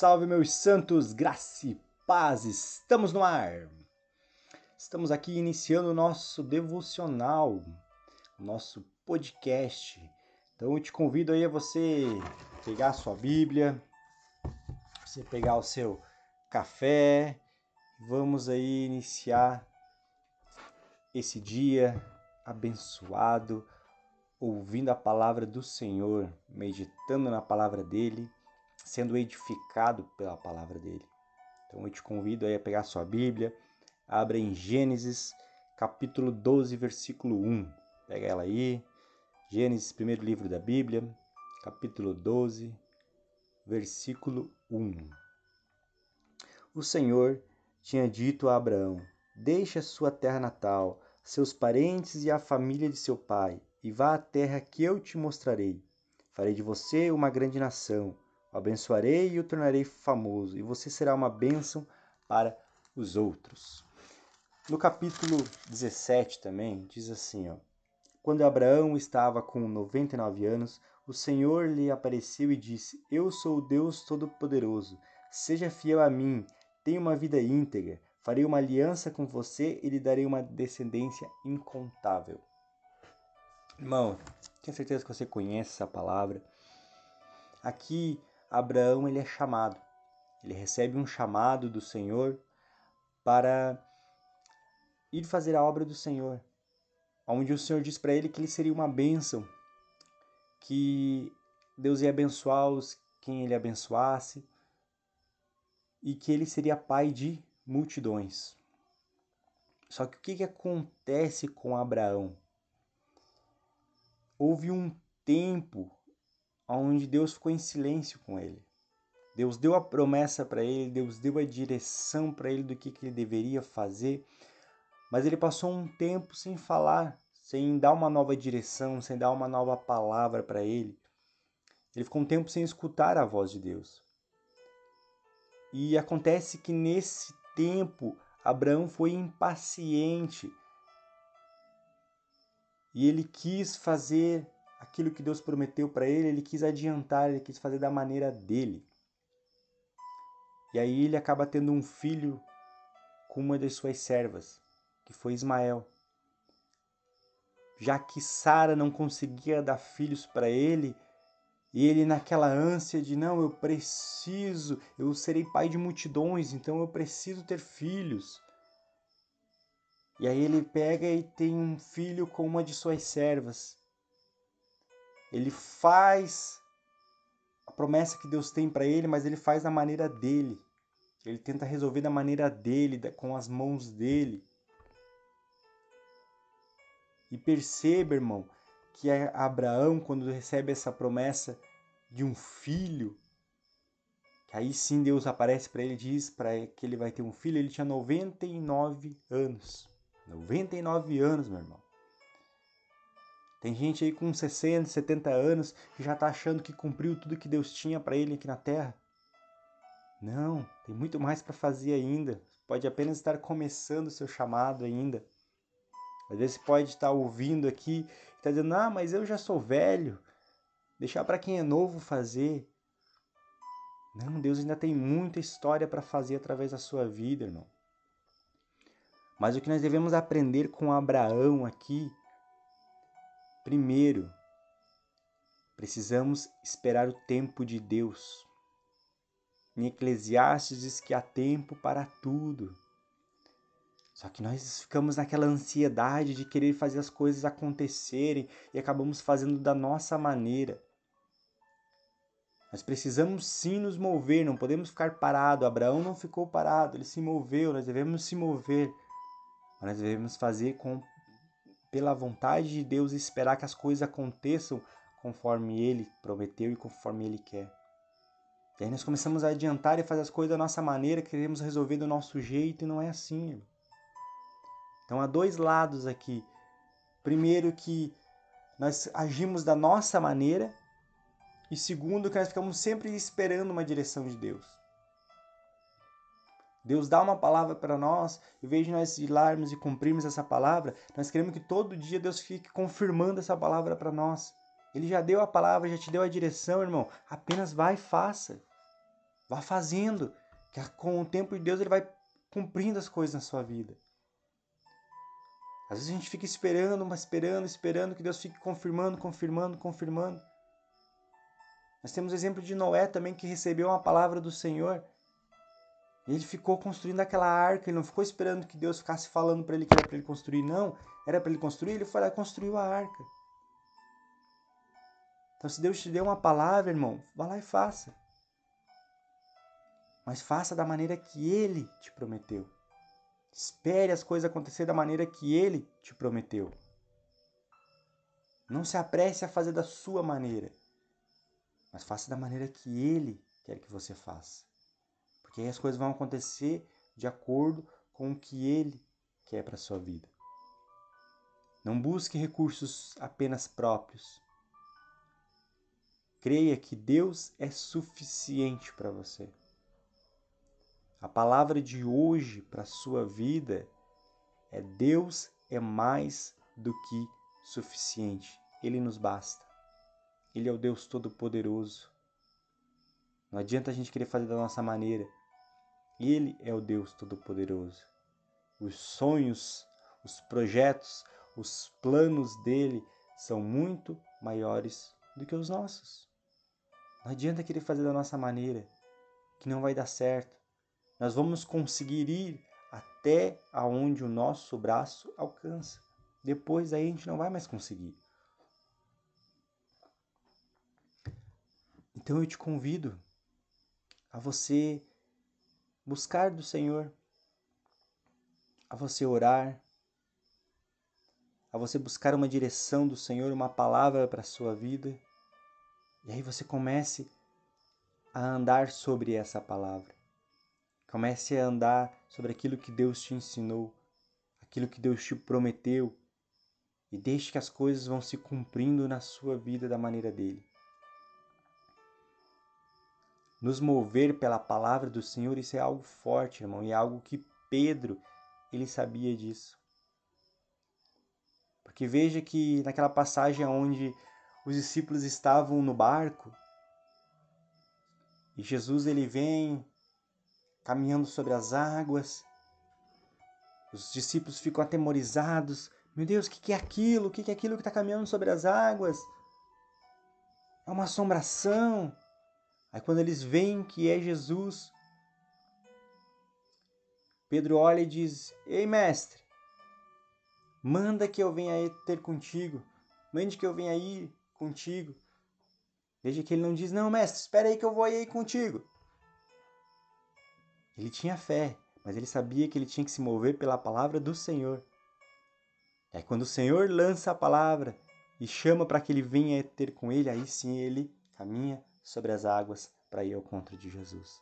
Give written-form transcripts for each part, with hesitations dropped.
salve, meus santos, graça e paz, estamos no ar. Estamos aqui iniciando o nosso devocional, o nosso podcast. Então eu te convido aí a você pegar a sua Bíblia, você pegar o seu café. Vamos aí iniciar esse dia abençoado, ouvindo a palavra do Senhor, meditando na palavra dele, sendo edificado pela palavra dele. Então eu te convido aí a pegar a sua Bíblia, abra em Gênesis, capítulo 12, versículo 1. Pega ela aí, Gênesis, primeiro livro da Bíblia, capítulo 12, versículo 1. O Senhor tinha dito a Abraão: deixe a sua terra natal, seus parentes e a família de seu pai, e vá à terra que eu te mostrarei. Farei de você uma grande nação. O abençoarei e o tornarei famoso, e você será uma bênção para os outros. No capítulo 17 também, diz assim, quando Abraão estava com 99 anos, o Senhor lhe apareceu e disse: eu sou o Deus Todo-Poderoso, seja fiel a mim, tenha uma vida íntegra, farei uma aliança com você e lhe darei uma descendência incontável. Irmão, tenho certeza que você conhece essa palavra. Aqui, Abraão ele é chamado, ele recebe um chamado do Senhor para ir fazer a obra do Senhor, onde o Senhor diz para ele que ele seria uma bênção, que Deus ia abençoar quem ele abençoasse e que ele seria pai de multidões. Só que o que acontece com Abraão? Houve um tempo onde Deus ficou em silêncio com ele. Deus deu a promessa para ele, Deus deu a direção para ele do que ele deveria fazer, mas ele passou um tempo sem falar, sem dar uma nova direção, sem dar uma nova palavra para ele. Ele ficou um tempo sem escutar a voz de Deus. E acontece que nesse tempo, Abraão foi impaciente e ele quis fazer aquilo que Deus prometeu para ele, ele quis adiantar, ele quis fazer da maneira dele. E aí ele acaba tendo um filho com uma das suas servas, que foi Ismael. Já que Sara não conseguia dar filhos para ele, e ele naquela ânsia de, não, eu serei pai de multidões, então eu preciso ter filhos. E aí ele pega e tem um filho com uma de suas servas. Ele faz a promessa que Deus tem para ele, mas ele faz da maneira dele. Ele tenta resolver da maneira dele, com as mãos dele. E perceba, irmão, que Abraão, quando recebe essa promessa de um filho, que aí sim Deus aparece para ele e diz para que ele vai ter um filho, ele tinha 99 anos. 99 anos, meu irmão. Tem gente aí com 60, 70 anos que já está achando que cumpriu tudo que Deus tinha para ele aqui na terra. Não, tem muito mais para fazer ainda. Pode apenas estar começando o seu chamado ainda. Às vezes você pode estar ouvindo aqui e está dizendo, mas eu já sou velho. Deixar para quem é novo fazer. Não, Deus ainda tem muita história para fazer através da sua vida, irmão. Mas o que nós devemos aprender com Abraão aqui, primeiro, precisamos esperar o tempo de Deus. Em Eclesiastes diz que há tempo para tudo. Só que nós ficamos naquela ansiedade de querer fazer as coisas acontecerem e acabamos fazendo da nossa maneira. Nós precisamos sim nos mover, não podemos ficar parados. Abraão não ficou parado, ele se moveu, nós devemos se mover. Mas nós devemos fazer pela vontade de Deus e esperar que as coisas aconteçam conforme Ele prometeu e conforme Ele quer. E aí nós começamos a adiantar e fazer as coisas da nossa maneira, queremos resolver do nosso jeito e não é assim. Então há dois lados aqui. Primeiro, que nós agimos da nossa maneira, e segundo, que nós ficamos sempre esperando uma direção de Deus. Deus dá uma palavra para nós, em vez de nós irmos e cumprirmos essa palavra, nós queremos que todo dia Deus fique confirmando essa palavra para nós. Ele já deu a palavra, já te deu a direção, irmão. Apenas vai e faça. Vá fazendo, que com o tempo de Deus ele vai cumprindo as coisas na sua vida. Às vezes a gente fica esperando, mas esperando que Deus fique confirmando. Nós temos o exemplo de Noé também, que recebeu uma palavra do Senhor. E ele ficou construindo aquela arca, ele não ficou esperando que Deus ficasse falando para ele que era para ele construir, não. Era para ele construir, ele foi lá e construiu a arca. Então se Deus te deu uma palavra, irmão, vá lá e faça. Mas faça da maneira que Ele te prometeu. Espere as coisas acontecer da maneira que Ele te prometeu. Não se apresse a fazer da sua maneira, mas faça da maneira que Ele quer que você faça. Porque aí as coisas vão acontecer de acordo com o que Ele quer para a sua vida. Não busque recursos apenas próprios. Creia que Deus é suficiente para você. A palavra de hoje para a sua vida é: Deus é mais do que suficiente. Ele nos basta. Ele é o Deus Todo-Poderoso. Não adianta a gente querer fazer da nossa maneira. Ele é o Deus Todo-Poderoso. Os sonhos, os projetos, os planos dele são muito maiores do que os nossos. Não adianta querer fazer da nossa maneira, que não vai dar certo. Nós vamos conseguir ir até aonde o nosso braço alcança. Depois aí a gente não vai mais conseguir. Então eu te convido a você buscar do Senhor, a você orar, a você buscar uma direção do Senhor, uma palavra para a sua vida. E aí você comece a andar sobre essa palavra. Comece a andar sobre aquilo que Deus te ensinou, aquilo que Deus te prometeu, e deixe que as coisas vão se cumprindo na sua vida da maneira dele. Nos mover pela palavra do Senhor, isso é algo forte, irmão, e é algo que Pedro, ele sabia disso. Porque veja que naquela passagem onde os discípulos estavam no barco, e Jesus ele vem caminhando sobre as águas, os discípulos ficam atemorizados. Meu Deus, o que é aquilo? O que é aquilo que está caminhando sobre as águas? É uma assombração. Aí quando eles veem que é Jesus, Pedro olha e diz: Ei, mestre, manda que eu venha ter contigo. Mande que eu venha ir contigo. Veja que ele não diz: Não, mestre, espera aí que eu vou aí contigo. Ele tinha fé, mas ele sabia que ele tinha que se mover pela palavra do Senhor. E aí quando o Senhor lança a palavra e chama para que ele venha ter com ele, aí sim ele caminha sobre as águas para ir ao encontro de Jesus.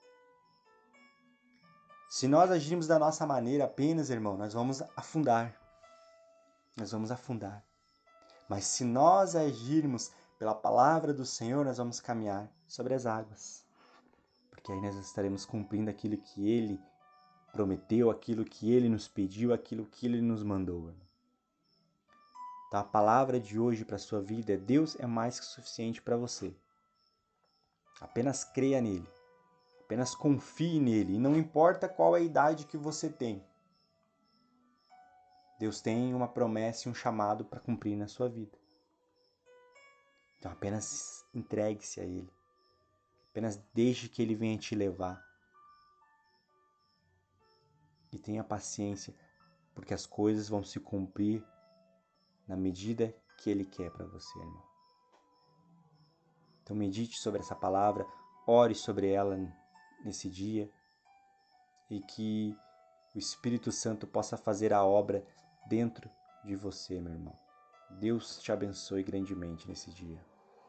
Se nós agirmos da nossa maneira apenas, irmão, nós vamos afundar. Nós vamos afundar. Mas se nós agirmos pela palavra do Senhor, nós vamos caminhar sobre as águas. Porque aí nós estaremos cumprindo aquilo que Ele prometeu, aquilo que Ele nos pediu, aquilo que Ele nos mandou. Então a palavra de hoje para a sua vida é: Deus é mais que suficiente para você. Apenas creia nele. Apenas confie nele. E não importa qual é a idade que você tem. Deus tem uma promessa e um chamado para cumprir na sua vida. Então apenas entregue-se a Ele. Apenas deixe que Ele venha te levar. E tenha paciência, porque as coisas vão se cumprir na medida que Ele quer para você, irmão. Então medite sobre essa palavra, ore sobre ela nesse dia e que o Espírito Santo possa fazer a obra dentro de você, meu irmão. Deus te abençoe grandemente nesse dia.